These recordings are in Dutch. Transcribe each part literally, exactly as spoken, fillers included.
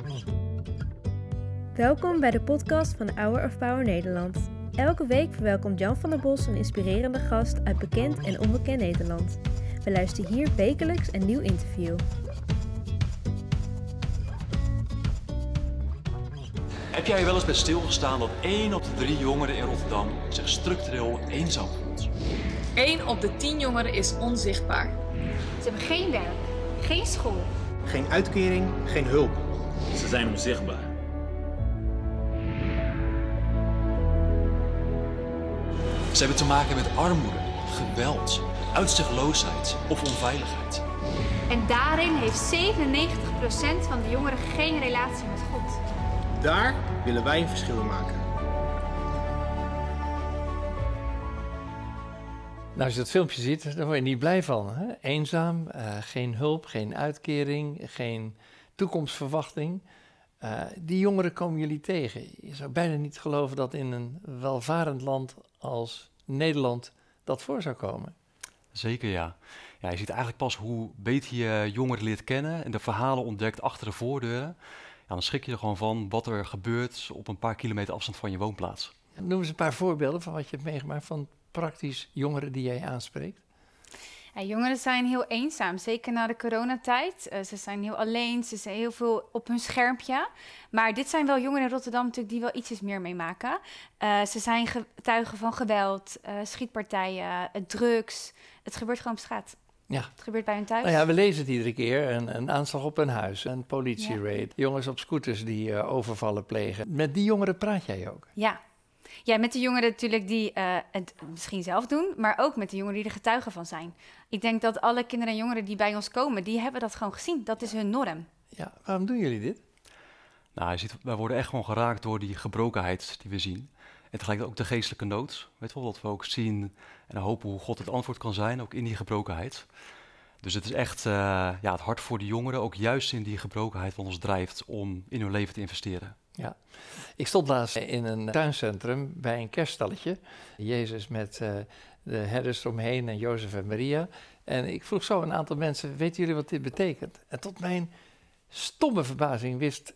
Welkom bij de podcast van Hour of Power Nederland. Elke week verwelkomt Jan van der Bos een inspirerende gast uit bekend en onbekend Nederland. We luisteren hier wekelijks een nieuw interview. Heb jij wel eens bij stilgestaan dat één op de drie jongeren in Rotterdam zich structureel eenzaam voelt? één op de tien jongeren is onzichtbaar. Ze hebben geen werk, geen school. Geen uitkering, geen hulp. Ze zijn onzichtbaar. Ze hebben te maken met armoede, geweld, uitzichtloosheid of onveiligheid. En daarin heeft zevenennegentig procent van de jongeren geen relatie met God. Daar willen wij een verschil in maken. Nou, als je dat filmpje ziet, dan word je niet blij van. Hè? Eenzaam, uh, geen hulp, geen uitkering, geen toekomstverwachting. Uh, die jongeren komen jullie tegen. Je zou bijna niet geloven dat in een welvarend land als Nederland dat voor zou komen. Zeker ja. Ja, je ziet eigenlijk pas hoe beter je jongeren leert kennen en de verhalen ontdekt achter de voordeuren. Ja, dan schrik je er gewoon van wat er gebeurt op een paar kilometer afstand van je woonplaats. Noem eens een paar voorbeelden van wat je hebt meegemaakt van praktisch jongeren die jij aanspreekt. Ja, jongeren zijn heel eenzaam, zeker na de coronatijd. Uh, ze zijn heel alleen, ze zijn heel veel op hun schermpje. Maar dit zijn wel jongeren in Rotterdam natuurlijk die wel ietsjes meer meemaken. Uh, ze zijn getuigen van geweld, uh, schietpartijen, uh, drugs. Het gebeurt gewoon op straat. Ja. Het gebeurt bij hun thuis. Nou ja, we lezen het iedere keer. Een, een aanslag op een huis, een politieraid. Ja. Jongens op scooters die uh, overvallen plegen. Met die jongeren praat jij ook? Ja. Ja, met de jongeren natuurlijk die uh, het misschien zelf doen, maar ook met de jongeren die er getuigen van zijn. Ik denk dat alle kinderen en jongeren die bij ons komen, die hebben dat gewoon gezien. Dat is hun norm. Ja, waarom doen jullie dit? Nou, je ziet, wij worden echt gewoon geraakt door die gebrokenheid die we zien. En tegelijkertijd ook de geestelijke nood. Weet je wel, dat we ook zien en hopen hoe God het antwoord kan zijn, ook in die gebrokenheid. Dus het is echt uh, ja, het hart voor de jongeren, ook juist in die gebrokenheid wat ons drijft om in hun leven te investeren. Ja, ik stond laatst in een tuincentrum bij een kerststalletje. Jezus met uh, de herders eromheen en Jozef en Maria. En ik vroeg zo een aantal mensen, weten jullie wat dit betekent? En tot mijn stomme verbazing wist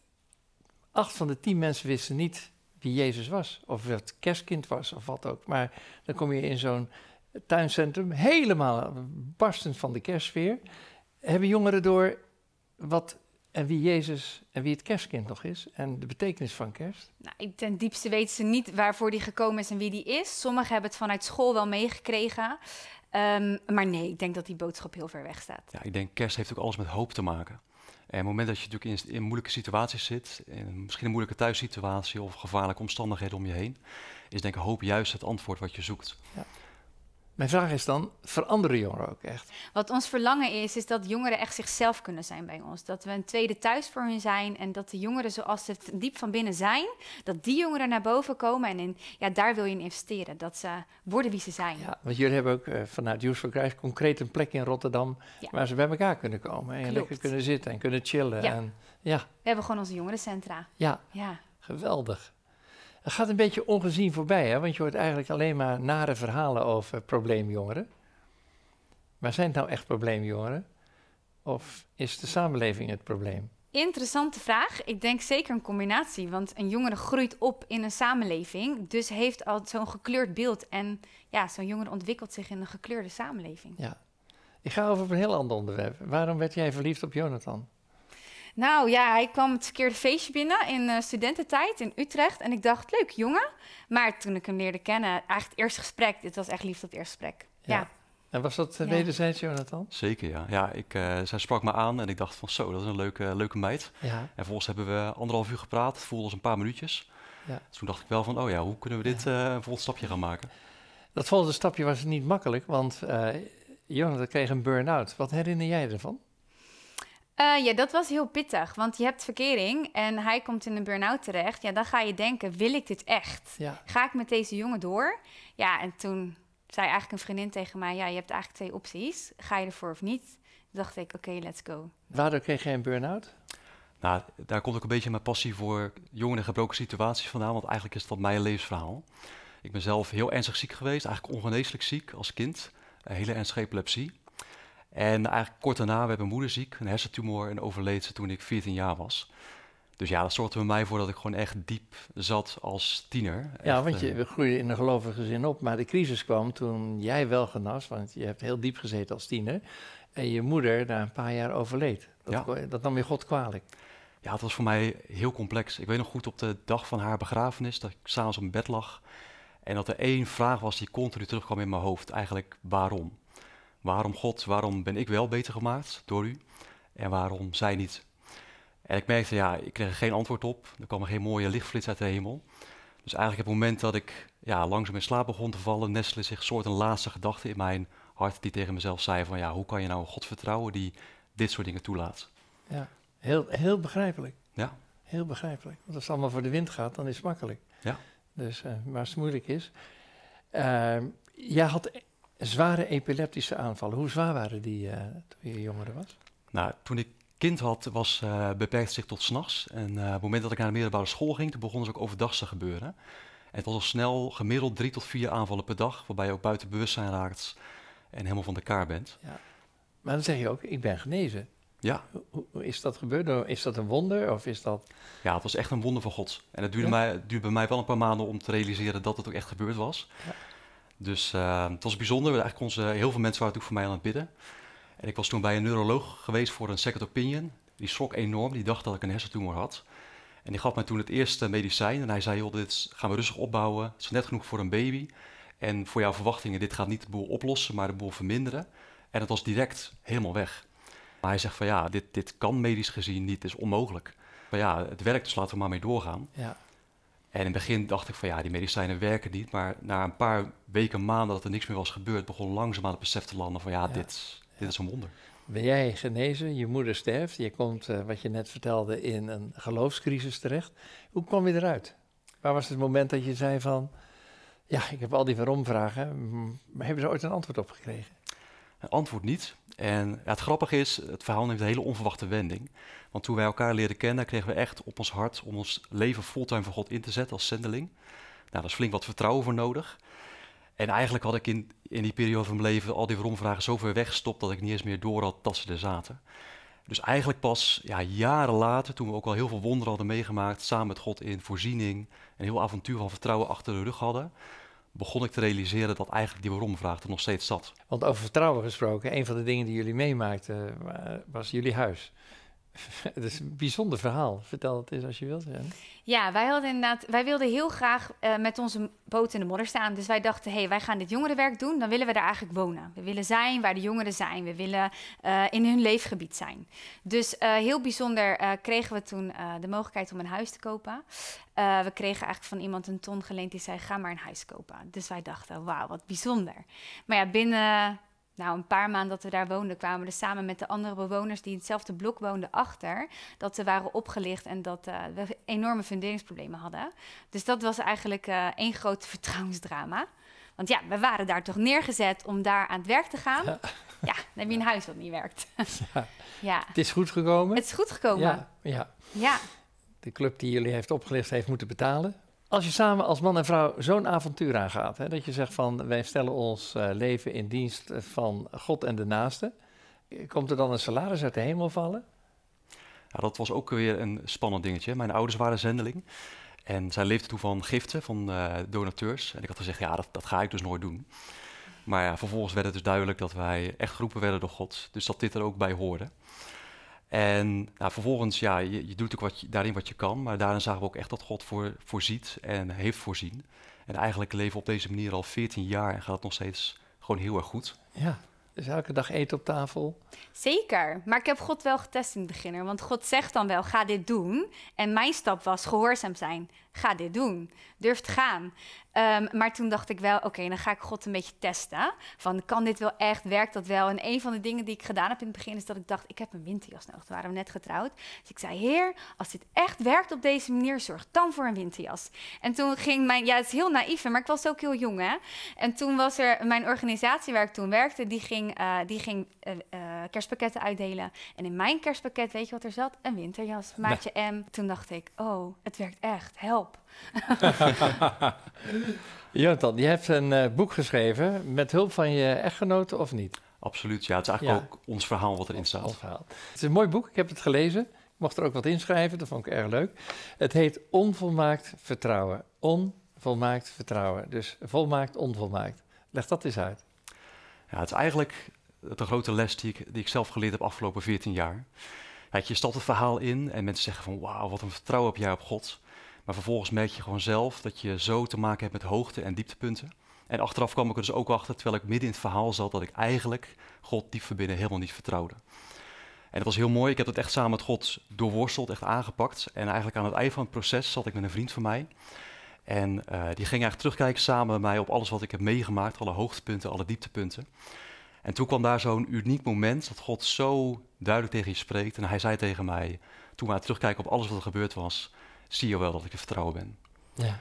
acht van de tien mensen wisten niet wie Jezus was. Of het kerstkind was of wat ook. Maar dan kom je in zo'n tuincentrum helemaal barstend van de kerstsfeer. Hebben jongeren door wat en wie Jezus en wie het kerstkind nog is en de betekenis van kerst? Nou, ten diepste weten ze niet waarvoor die gekomen is en wie die is. Sommigen hebben het vanuit school wel meegekregen. Um, maar nee, ik denk dat die boodschap heel ver weg staat. Ja, ik denk kerst heeft ook alles met hoop te maken. En op het moment dat je natuurlijk in, in moeilijke situaties zit, in misschien een moeilijke thuissituatie of gevaarlijke omstandigheden om je heen, is denk ik hoop juist het antwoord wat je zoekt. Ja. Mijn vraag is dan, veranderen jongeren ook echt? Wat ons verlangen is, is dat jongeren echt zichzelf kunnen zijn bij ons. Dat we een tweede thuis voor hun zijn en dat de jongeren zoals ze diep van binnen zijn, dat die jongeren naar boven komen en in, ja, daar wil je in investeren. Dat ze worden wie ze zijn. Ja, want jullie hebben ook uh, vanuit Youth for Christ concreet een plek in Rotterdam ja. waar ze bij elkaar kunnen komen en Klopt. lekker kunnen zitten en kunnen chillen. Ja. En, ja. We hebben gewoon onze jongerencentra. Ja, ja. Geweldig. Het gaat een beetje ongezien voorbij, hè? Want je hoort eigenlijk alleen maar nare verhalen over probleemjongeren. Maar zijn het nou echt probleemjongeren? Of is de samenleving het probleem? Interessante vraag. Ik denk zeker een combinatie. Want een jongere groeit op in een samenleving. Dus heeft al zo'n gekleurd beeld. En ja, zo'n jongere ontwikkelt zich in een gekleurde samenleving. Ja. Ik ga over op een heel ander onderwerp. Waarom werd jij verliefd op Jonathan? Nou ja, hij kwam het verkeerde feestje binnen in uh, studententijd in Utrecht. En ik dacht, leuk jongen. Maar toen ik hem leerde kennen, eigenlijk het eerste gesprek. Dit was echt liefde op het eerste gesprek. Ja. ja. En was dat uh, wederzijds, Jonathan? Zeker, ja. ja ik, uh, zij sprak me aan en ik dacht van zo, dat is een leuke, leuke meid. Ja. En vervolgens hebben we anderhalf uur gepraat. Het voelde als een paar minuutjes. Ja. Dus toen dacht ik wel van, oh ja, hoe kunnen we dit uh, een volgend stapje gaan maken? Dat volgende stapje was niet makkelijk, want uh, Jonathan kreeg een burn-out. Wat herinner jij ervan? Uh, ja, dat was heel pittig, want je hebt verkering en hij komt in een burn-out terecht. Ja, dan ga je denken, wil ik dit echt? Ja. Ga ik met deze jongen door? Ja, en toen zei eigenlijk een vriendin tegen mij, ja, je hebt eigenlijk twee opties. Ga je ervoor of niet? Toen dacht ik, oké, okay, let's go. Waardoor kreeg jij een burn-out? Nou, daar komt ook een beetje mijn passie voor jongeren in gebroken situaties vandaan, want eigenlijk is dat mijn levensverhaal. Ik ben zelf heel ernstig ziek geweest, eigenlijk ongeneeslijk ziek als kind. Een hele ernstige epilepsie. En eigenlijk kort daarna werd mijn moeder ziek, een hersentumor, en overleed ze toen ik veertien jaar was. Dus ja, dat zorgde bij mij voor dat ik gewoon echt diep zat als tiener. Ja, Echt, want je eh, we groeiden in een gelovig gezin op, maar de crisis kwam toen jij wel genas, want je hebt heel diep gezeten als tiener. En je moeder na een paar jaar overleed. Dat, Ja. kon- dat nam je God kwalijk. Ja, het was voor mij heel complex. Ik weet nog goed op de dag van haar begrafenis dat ik s'avonds op mijn bed lag. En dat er één vraag was die continu terugkwam in mijn hoofd. Eigenlijk waarom? Waarom God, waarom ben ik wel beter gemaakt door u? En waarom zij niet? En ik merkte, ja, ik kreeg er geen antwoord op. Er kwam er geen mooie lichtflits uit de hemel. Dus eigenlijk op het moment dat ik ja, langzaam in slaap begon te vallen, nestelde zich een soort een laatste gedachte in mijn hart die tegen mezelf zei van ja, hoe kan je nou een God vertrouwen die dit soort dingen toelaat? Ja, heel, heel begrijpelijk. Ja. Heel begrijpelijk. Want als het allemaal voor de wind gaat, dan is het makkelijk. Ja. Dus, uh, maar als het moeilijk is. Uh, jij had zware epileptische aanvallen. Hoe zwaar waren die uh, toen je jongere was? Nou, toen ik kind had, was uh, beperkt zich tot 's nachts. En uh, op het moment dat ik naar de middelbare school ging, toen begonnen ze ook overdag te gebeuren. En het was al snel gemiddeld drie tot vier aanvallen per dag, waarbij je ook buiten bewustzijn raakt en helemaal van de kaart bent. Ja. Maar dan zeg je ook, ik ben genezen. Ja. Hoe, hoe is dat gebeurd? Is dat een wonder of is dat... Ja, het was echt een wonder van God. En het duurde, Ja? mij, het duurde bij mij wel een paar maanden om te realiseren dat het ook echt gebeurd was. Ja. Dus uh, het was bijzonder. Eigenlijk kon ze, heel veel mensen waren toen voor mij aan het bidden. En ik was toen bij een neuroloog geweest voor een second opinion. Die schrok enorm, die dacht dat ik een hersentumor had. En die gaf mij toen het eerste medicijn. En hij zei, joh, dit gaan we rustig opbouwen. Het is net genoeg voor een baby. En voor jouw verwachtingen, dit gaat niet de boel oplossen, maar de boel verminderen. En het was direct helemaal weg. Maar hij zegt van ja, dit, dit kan medisch gezien niet, het is onmogelijk. Maar ja, het werkt, dus laten we maar mee doorgaan. Ja. En in het begin dacht ik van ja, die medicijnen werken niet. Maar na een paar weken, maanden dat er niks meer was gebeurd, begon langzaamaan het besef te landen van ja, Ja. dit, dit Ja. is een wonder. Ben jij genezen, je moeder sterft, je komt, uh, wat je net vertelde, in een geloofscrisis terecht. Hoe kwam je eruit? Waar was het moment dat je zei van, ja, ik heb al die waarom-vragen, maar hebben ze ooit een antwoord op gekregen? Een antwoord niet. En ja, het grappige is, het verhaal neemt een hele onverwachte wending. Want toen wij elkaar leerden kennen, kregen we echt op ons hart om ons leven fulltime voor God in te zetten als zendeling. Nou, daar is flink wat vertrouwen voor nodig. En eigenlijk had ik in, in die periode van mijn leven al die waarom-vragen zo ver weggestopt dat ik niet eens meer door had dat ze er zaten. Dus eigenlijk pas ja, jaren later, toen we ook al heel veel wonderen hadden meegemaakt, samen met God in voorziening, een heel avontuur van vertrouwen achter de rug hadden, begon ik te realiseren dat eigenlijk die waarom-vraag er nog steeds zat. Want over vertrouwen gesproken, een van de dingen die jullie meemaakten was jullie huis. Het is een bijzonder verhaal. Vertel het eens als je wilt. Hè? Ja, wij hadden inderdaad, wij wilden heel graag uh, met onze boot in de modder staan. Dus wij dachten, hé, hey, wij gaan dit jongerenwerk doen, dan willen we daar eigenlijk wonen. We willen zijn waar de jongeren zijn. We willen uh, in hun leefgebied zijn. Dus uh, heel bijzonder uh, kregen we toen uh, de mogelijkheid om een huis te kopen. Uh, we kregen eigenlijk van iemand een ton geleend die zei, ga maar een huis kopen. Dus wij dachten, wauw, wat bijzonder. Maar ja, binnen... Nou, een paar maanden dat we daar woonden, kwamen we er samen met de andere bewoners die in hetzelfde blok woonden achter, dat we waren opgelicht en dat uh, we enorme funderingsproblemen hadden. Dus dat was eigenlijk uh, één groot vertrouwensdrama. Want ja, we waren daar toch neergezet om daar aan het werk te gaan. Ja, ja dan heb je een huis wat niet werkt. Ja. Ja. Het is goed gekomen. Het is goed gekomen. Ja, ja. Ja. De club die jullie heeft opgelicht heeft moeten betalen. Als je samen als man en vrouw zo'n avontuur aangaat, hè, dat je zegt van wij stellen ons uh, leven in dienst van God en de naaste, komt er dan een salaris uit de hemel vallen? Ja, dat was ook weer een spannend dingetje. Mijn ouders waren zendeling en zij leefden toen van giften van uh, donateurs. En ik had gezegd, ja, dat, dat ga ik dus nooit doen. Maar ja, vervolgens werd het dus duidelijk dat wij echt geroepen werden door God. Dus dat dit er ook bij hoorde. En nou, vervolgens, ja, je, je doet ook wat je, daarin wat je kan, maar daarin zagen we ook echt dat God voor, voorziet en heeft voorzien. En eigenlijk leven we op deze manier al veertien jaar en gaat het nog steeds gewoon heel erg goed. Ja, dus elke dag eten op tafel. Zeker, maar ik heb God wel getest in het begin. Want God zegt dan wel, ga dit doen. En mijn stap was gehoorzaam zijn. Ga dit doen. Durf te gaan. Um, maar toen dacht ik wel, oké, okay, dan ga ik God een beetje testen. Van, kan dit wel echt? Werkt dat wel? En een van de dingen die ik gedaan heb in het begin is dat ik dacht, ik heb een winterjas nodig. Toen waren we net getrouwd. Dus ik zei, Heer, als dit echt werkt op deze manier, zorg dan voor een winterjas. En toen ging mijn, ja, het is heel naïef, maar ik was ook heel jong, hè. En toen was er, mijn organisatie waar ik toen werkte, die ging, uh, die ging uh, uh, kerstpakketten uitdelen. En in mijn kerstpakket, weet je wat er zat? Een winterjas, maatje nee. M. Toen dacht ik, oh, het werkt echt, help. Jonathan, je hebt een uh, boek geschreven met hulp van je echtgenote of niet? Absoluut, ja. Het is eigenlijk ja. ook ons verhaal wat erin staat. Ons verhaal. Het is een mooi boek, ik heb het gelezen. mocht er ook wat inschrijven, dat vond ik erg leuk. Het heet Onvolmaakt Vertrouwen. Onvolmaakt Vertrouwen. Dus volmaakt, onvolmaakt. Leg dat eens uit. Ja, het is eigenlijk de grote les die ik, die ik zelf geleerd heb afgelopen veertien jaar. Kijk, je stapt het verhaal in en mensen zeggen van wauw, wat een vertrouwen heb jij op God. Maar vervolgens merk je gewoon zelf dat je zo te maken hebt met hoogte- en dieptepunten. En achteraf kwam ik er dus ook achter, terwijl ik midden in het verhaal zat, dat ik eigenlijk God diep van binnen helemaal niet vertrouwde. En dat was heel mooi, ik heb het echt samen met God doorworsteld, echt aangepakt. En eigenlijk aan het eind van het proces zat ik met een vriend van mij. En uh, die ging eigenlijk terugkijken samen met mij op alles wat ik heb meegemaakt, alle hoogtepunten, alle dieptepunten. En toen kwam daar zo'n uniek moment dat God zo duidelijk tegen je spreekt. En hij zei tegen mij, toen we terugkijken op alles wat er gebeurd was, zie je wel dat ik te vertrouwen ben. Ja.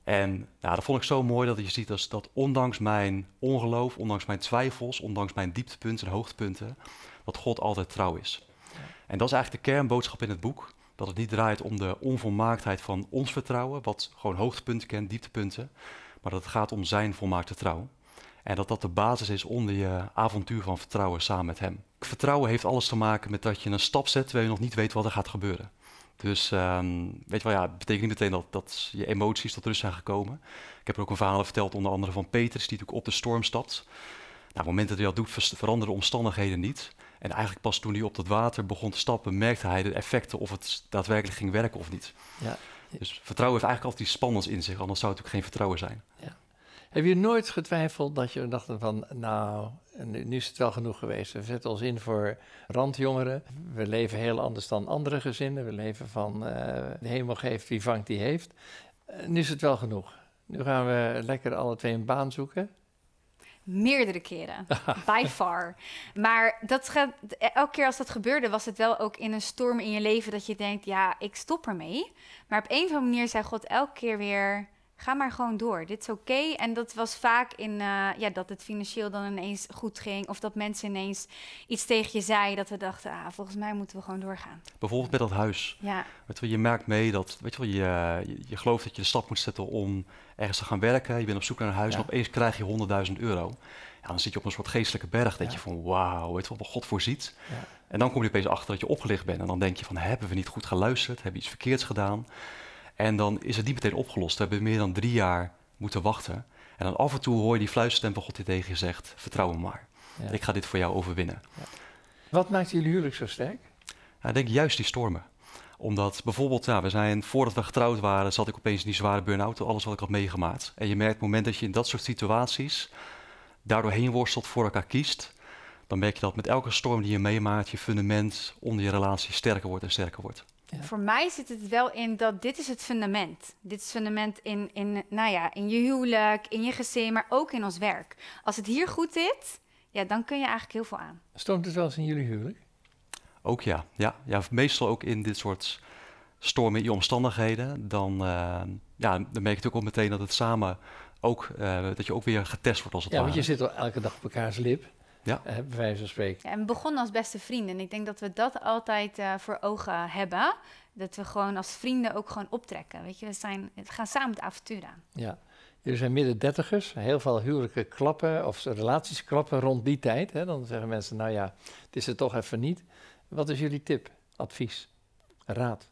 En nou, dat vond ik zo mooi dat je ziet dat, dat ondanks mijn ongeloof, ondanks mijn twijfels, ondanks mijn dieptepunten en hoogtepunten, dat God altijd trouw is. Ja. En dat is eigenlijk de kernboodschap in het boek. Dat het niet draait om de onvolmaaktheid van ons vertrouwen, wat gewoon hoogtepunten kent, dieptepunten. Maar dat het gaat om zijn volmaakte trouw. En dat dat de basis is onder je avontuur van vertrouwen samen met hem. Vertrouwen heeft alles te maken met dat je een stap zet terwijl je nog niet weet wat er gaat gebeuren. Dus um, weet je wel, ja, het betekent niet meteen dat, dat je emoties tot rust zijn gekomen. Ik heb er ook een verhaal verteld, onder andere van Petrus, die natuurlijk op de storm stapt. Nou, op het moment dat hij dat doet, veranderen de omstandigheden niet. En eigenlijk pas toen hij op dat water begon te stappen, merkte hij de effecten of het daadwerkelijk ging werken of niet. Ja. Dus vertrouwen heeft eigenlijk altijd iets spannends in zich, anders zou het natuurlijk geen vertrouwen zijn. Ja. Heb je nooit getwijfeld dat je dacht van, nou, nu, nu is het wel genoeg geweest. We zetten ons in voor randjongeren. We leven heel anders dan andere gezinnen. We leven van, uh, de hemel geeft, wie vangt, die heeft. Uh, nu is het wel genoeg. Nu gaan we lekker alle twee een baan zoeken. Meerdere keren, by far. Maar dat gaat, elke keer als dat gebeurde, was het wel ook in een storm in je leven dat je denkt, ja, ik stop ermee. Maar op een of andere manier zei God elke keer weer, ga maar gewoon door, dit is oké. Okay. En dat was vaak in, uh, ja, dat het financieel dan ineens goed ging, of dat mensen ineens iets tegen je zeiden, dat we dachten, ah, volgens mij moeten we gewoon doorgaan. Bijvoorbeeld met dat huis. Ja. Weet je, wel, je merkt mee dat, weet je wel, je, je, je gelooft dat je de stap moet zetten om ergens te gaan werken. Je bent op zoek naar een huis, ja. En opeens krijg je honderdduizend euro. Ja, dan zit je op een soort geestelijke berg, dat ja. je van wauw, weet je wel, wat God voorziet. Ja. En dan kom je opeens achter dat je opgelicht bent. En dan denk je van, hebben we niet goed geluisterd? Hebben we iets verkeerds gedaan? En dan is het niet meteen opgelost. We hebben meer dan drie jaar moeten wachten. En dan af en toe hoor je die fluisterstem van God die tegen je zegt, vertrouw me maar. Ja. Ik ga dit voor jou overwinnen. Ja. Wat maakt jullie huwelijk zo sterk? Ja, ik denk juist die stormen. Omdat bijvoorbeeld, ja, we zijn, voordat we getrouwd waren, zat ik opeens in die zware burn-out, alles wat ik had meegemaakt. En je merkt op het moment dat je in dat soort situaties daardoor heen worstelt, voor elkaar kiest, dan merk je dat met elke storm die je meemaakt, je fundament onder je relatie sterker wordt en sterker wordt. Ja. Voor mij zit het wel in dat dit is het fundament. Dit is het fundament in, in, nou ja, in je huwelijk, in je gezin, maar ook in ons werk. Als het hier goed zit, ja, dan kun je eigenlijk heel veel aan. Stormt het wel eens in jullie huwelijk? Ook ja. ja. ja meestal ook in dit soort stormen in je omstandigheden. Dan, uh, ja, dan merk je natuurlijk ook meteen dat het samen ook, uh, dat je ook weer getest wordt als het ja, ware. Want je zit al elke dag op elkaars lip. Ja. Uh, bij wijze van spreken. Ja, en we begonnen als beste vrienden. En ik denk dat we dat altijd uh, voor ogen hebben. Dat we gewoon als vrienden ook gewoon optrekken. Weet je, we, zijn, we gaan samen het avontuur aan. Ja, jullie zijn midden dertigers. Heel veel huwelijken klappen of relaties klappen rond die tijd. Hè? Dan zeggen mensen, nou ja, het is er toch even niet. Wat is jullie tip, advies, raad?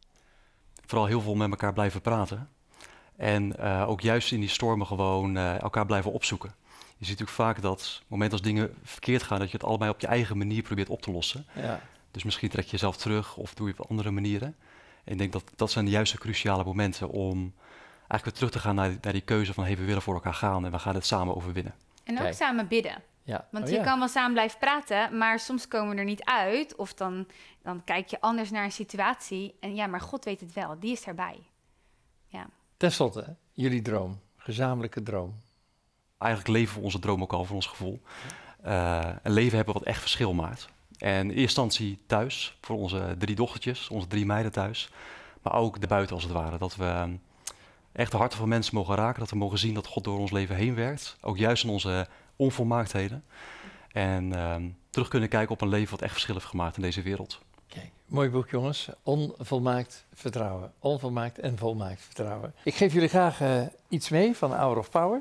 Vooral heel veel met elkaar blijven praten. En uh, ook juist in die stormen gewoon uh, elkaar blijven opzoeken. Je ziet natuurlijk vaak dat op het moment als dingen verkeerd gaan, dat je het allebei op je eigen manier probeert op te lossen. Ja. Dus misschien trek je jezelf terug of doe je het op andere manieren. En ik denk dat dat zijn de juiste cruciale momenten om eigenlijk weer terug te gaan naar die, naar die keuze van hey, we willen voor elkaar gaan en we gaan het samen overwinnen. En ook Kijk. samen bidden. Ja. Want oh, je ja. kan wel samen blijven praten, maar soms komen we er niet uit. Of dan, dan kijk je anders naar een situatie. En ja, maar God weet het wel, die is erbij. Ja. Ten slotte, jullie droom, gezamenlijke droom. Eigenlijk leven we onze droom ook al, voor ons gevoel. Uh, een leven hebben wat echt verschil maakt. En in eerste instantie thuis, voor onze drie dochtertjes, onze drie meiden thuis. Maar ook daarbuiten als het ware. Dat we echt de harten van mensen mogen raken. Dat we mogen zien dat God door ons leven heen werkt. Ook juist in onze onvolmaaktheden. En uh, terug kunnen kijken op een leven wat echt verschil heeft gemaakt in deze wereld. Kijk, mooi boek jongens. Onvolmaakt vertrouwen. Onvolmaakt en volmaakt vertrouwen. Ik geef jullie graag uh, iets mee van Hour of Power.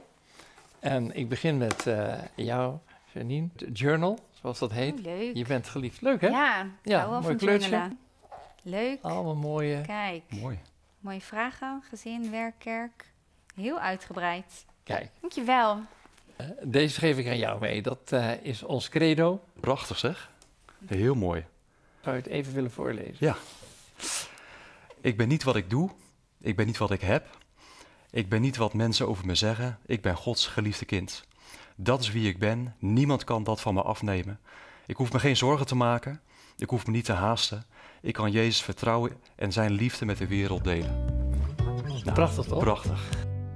En ik begin met uh, jou, Janine. De journal, zoals dat heet. Oh, leuk. Je bent geliefd. Leuk, hè? Ja, ja hou wel mooi van kleurtje. journalen. Leuk. Allemaal mooie. Kijk, Mooi. mooie vragen. Gezin, werk, kerk. Heel uitgebreid. Kijk, Dankjewel. eh, deze geef ik aan jou mee. Dat eh, is ons credo. Prachtig zeg. Heel mooi. Zou je het even willen voorlezen? Ja. Ik ben niet wat ik doe. Ik ben niet wat ik heb. Ik ben niet wat mensen over me zeggen. Ik ben Gods geliefde kind. Dat is wie ik ben. Niemand kan dat van me afnemen. Ik hoef me geen zorgen te maken. Ik hoef me niet te haasten. Ik kan Jezus vertrouwen en zijn liefde met de wereld delen. Nou, Prachtig toch? Prachtig.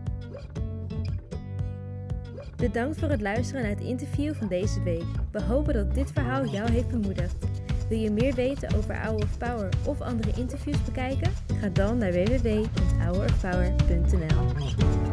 Bedankt voor het luisteren naar het interview van deze week. We hopen dat dit verhaal jou heeft bemoedigd. Wil je meer weten over Hour of Power of andere interviews bekijken? Ga dan naar w w w punt hour of power punt n l.